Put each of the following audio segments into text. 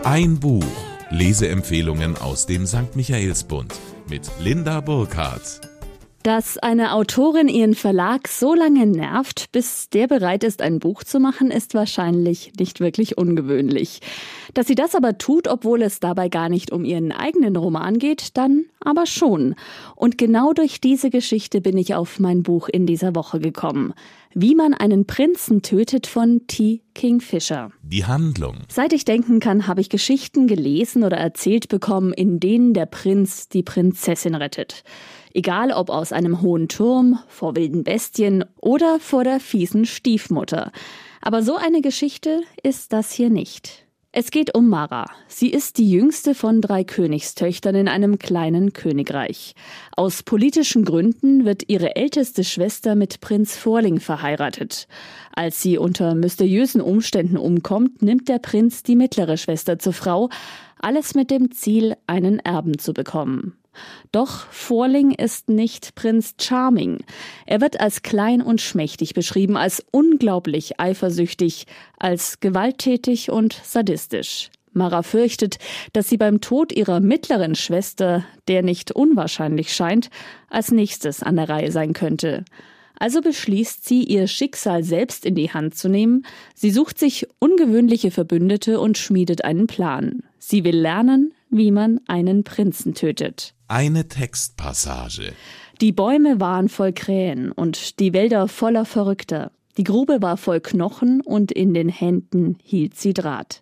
Ein Buch. Leseempfehlungen aus dem St. Michaelsbund mit Linda Burkhardt. Dass eine Autorin ihren Verlag so lange nervt, bis der bereit ist, ein Buch zu machen, ist wahrscheinlich nicht wirklich ungewöhnlich. Dass sie das aber tut, obwohl es dabei gar nicht um ihren eigenen Roman geht, dann aber schon. Und genau durch diese Geschichte bin ich auf mein Buch in dieser Woche gekommen. Wie man einen Prinzen tötet von T. Kingfisher. Die Handlung. Seit ich denken kann, habe ich Geschichten gelesen oder erzählt bekommen, in denen der Prinz die Prinzessin rettet. Egal ob aus einem hohen Turm, vor wilden Bestien oder vor der fiesen Stiefmutter. Aber so eine Geschichte ist das hier nicht. Es geht um Mara. Sie ist die jüngste von 3 Königstöchtern in einem kleinen Königreich. Aus politischen Gründen wird ihre älteste Schwester mit Prinz Vorling verheiratet. Als sie unter mysteriösen Umständen umkommt, nimmt der Prinz die mittlere Schwester zur Frau, alles mit dem Ziel, einen Erben zu bekommen. Doch Vorling ist nicht Prinz Charming. Er wird als klein und schmächtig beschrieben, als unglaublich eifersüchtig, als gewalttätig und sadistisch. Mara fürchtet, dass sie beim Tod ihrer mittleren Schwester, der nicht unwahrscheinlich scheint, als nächstes an der Reihe sein könnte. Also beschließt sie, ihr Schicksal selbst in die Hand zu nehmen. Sie sucht sich ungewöhnliche Verbündete und schmiedet einen Plan. Sie will lernen, wie man einen Prinzen tötet. Eine Textpassage. Die Bäume waren voll Krähen und die Wälder voller Verrückter. Die Grube war voll Knochen und in den Händen hielt sie Draht.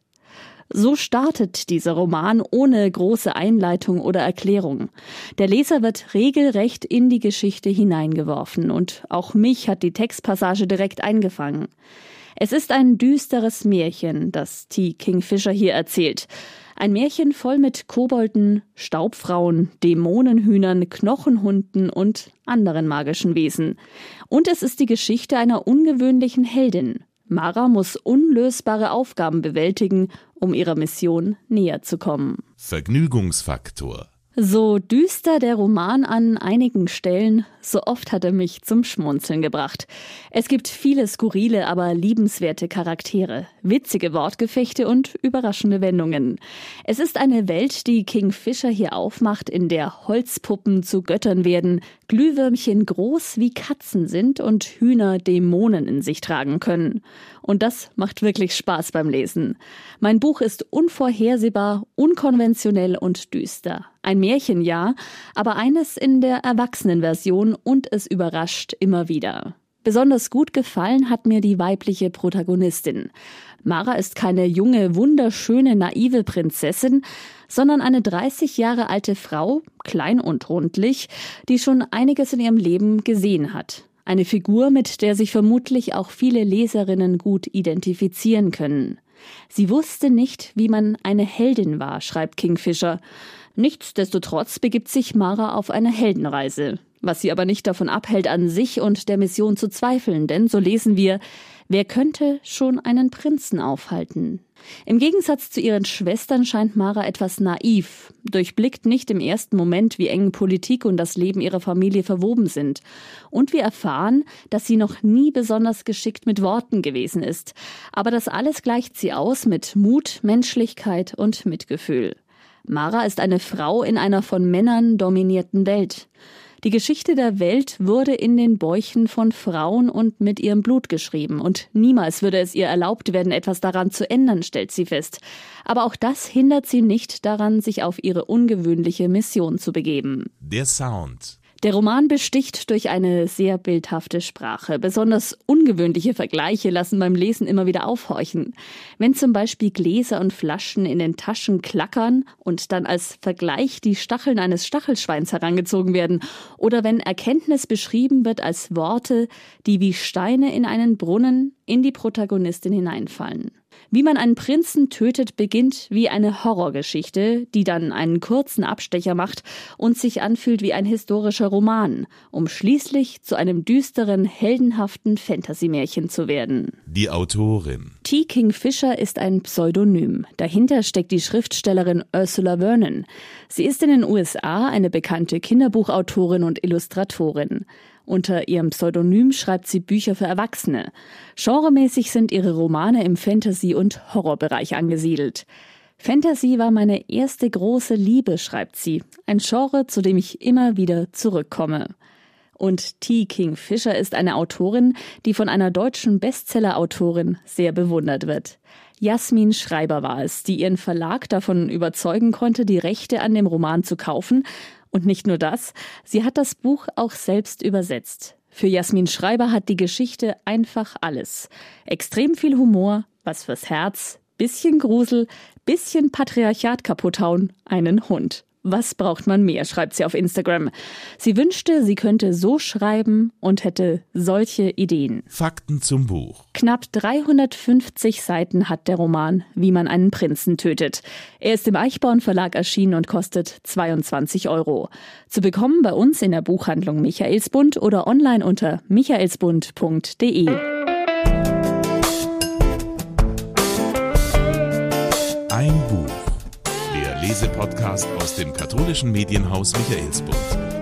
So startet dieser Roman ohne große Einleitung oder Erklärung. Der Leser wird regelrecht in die Geschichte hineingeworfen und auch mich hat die Textpassage direkt eingefangen. Es ist ein düsteres Märchen, das T. Kingfisher hier erzählt. Ein Märchen voll mit Kobolden, Staubfrauen, Dämonenhühnern, Knochenhunden und anderen magischen Wesen. Und es ist die Geschichte einer ungewöhnlichen Heldin. Mara muss unlösbare Aufgaben bewältigen, um ihrer Mission näher zu kommen. Vergnügungsfaktor. So düster der Roman an einigen Stellen, so oft hat er mich zum Schmunzeln gebracht. Es gibt viele skurrile, aber liebenswerte Charaktere, witzige Wortgefechte und überraschende Wendungen. Es ist eine Welt, die Kingfisher hier aufmacht, in der Holzpuppen zu Göttern werden, Glühwürmchen groß wie Katzen sind und Hühner Dämonen in sich tragen können. Und das macht wirklich Spaß beim Lesen. Mein Buch ist unvorhersehbar, unkonventionell und düster. Ein Märchen, ja, aber eines in der Erwachsenenversion und es überrascht immer wieder. Besonders gut gefallen hat mir die weibliche Protagonistin. Mara ist keine junge, wunderschöne, naive Prinzessin, sondern eine 30 Jahre alte Frau, klein und rundlich, die schon einiges in ihrem Leben gesehen hat. Eine Figur, mit der sich vermutlich auch viele Leserinnen gut identifizieren können. Sie wusste nicht, wie man eine Heldin war, schreibt Kingfisher. Nichtsdestotrotz begibt sich Mara auf eine Heldenreise. Was sie aber nicht davon abhält, an sich und der Mission zu zweifeln, denn so lesen wir, wer könnte schon einen Prinzen aufhalten? Im Gegensatz zu ihren Schwestern scheint Mara etwas naiv, durchblickt nicht im ersten Moment, wie eng Politik und das Leben ihrer Familie verwoben sind. Und wir erfahren, dass sie noch nie besonders geschickt mit Worten gewesen ist. Aber das alles gleicht sie aus mit Mut, Menschlichkeit und Mitgefühl. Mara ist eine Frau in einer von Männern dominierten Welt. Die Geschichte der Welt wurde in den Bäuchen von Frauen und mit ihrem Blut geschrieben. Und niemals würde es ihr erlaubt werden, etwas daran zu ändern, stellt sie fest. Aber auch das hindert sie nicht daran, sich auf ihre ungewöhnliche Mission zu begeben. Der Sound. Der Roman besticht durch eine sehr bildhafte Sprache. Besonders ungewöhnliche Vergleiche lassen beim Lesen immer wieder aufhorchen. Wenn zum Beispiel Gläser und Flaschen in den Taschen klackern und dann als Vergleich die Stacheln eines Stachelschweins herangezogen werden oder wenn Erkenntnis beschrieben wird als Worte, die wie Steine in einen Brunnen in die Protagonistin hineinfallen. Wie man einen Prinzen tötet, beginnt wie eine Horrorgeschichte, die dann einen kurzen Abstecher macht und sich anfühlt wie ein historischer Roman, um schließlich zu einem düsteren, heldenhaften Fantasy-Märchen zu werden. Die Autorin. T. Kingfisher ist ein Pseudonym. Dahinter steckt die Schriftstellerin Ursula Vernon. Sie ist in den USA eine bekannte Kinderbuchautorin und Illustratorin. Unter ihrem Pseudonym schreibt sie Bücher für Erwachsene. Genremäßig sind ihre Romane im Fantasy- und Horrorbereich angesiedelt. Fantasy war meine erste große Liebe, schreibt sie. Ein Genre, zu dem ich immer wieder zurückkomme. Und T. Kingfisher ist eine Autorin, die von einer deutschen Bestseller-Autorin sehr bewundert wird. Jasmin Schreiber war es, die ihren Verlag davon überzeugen konnte, die Rechte an dem Roman zu kaufen. Und nicht nur das, sie hat das Buch auch selbst übersetzt. Für Jasmin Schreiber hat die Geschichte einfach alles. Extrem viel Humor, was fürs Herz, bisschen Grusel, bisschen Patriarchat kaputthauen, einen Hund. Was braucht man mehr, schreibt sie auf Instagram. Sie wünschte, sie könnte so schreiben und hätte solche Ideen. Fakten zum Buch. Knapp 350 Seiten hat der Roman Wie man einen Prinzen tötet. Er ist im Eichborn Verlag erschienen und kostet 22 €. Zu bekommen bei uns in der Buchhandlung Michaelsbund oder online unter michaelsbund.de. Ein Buch. Der Lesepodcast aus dem katholischen Medienhaus Michaelsbund.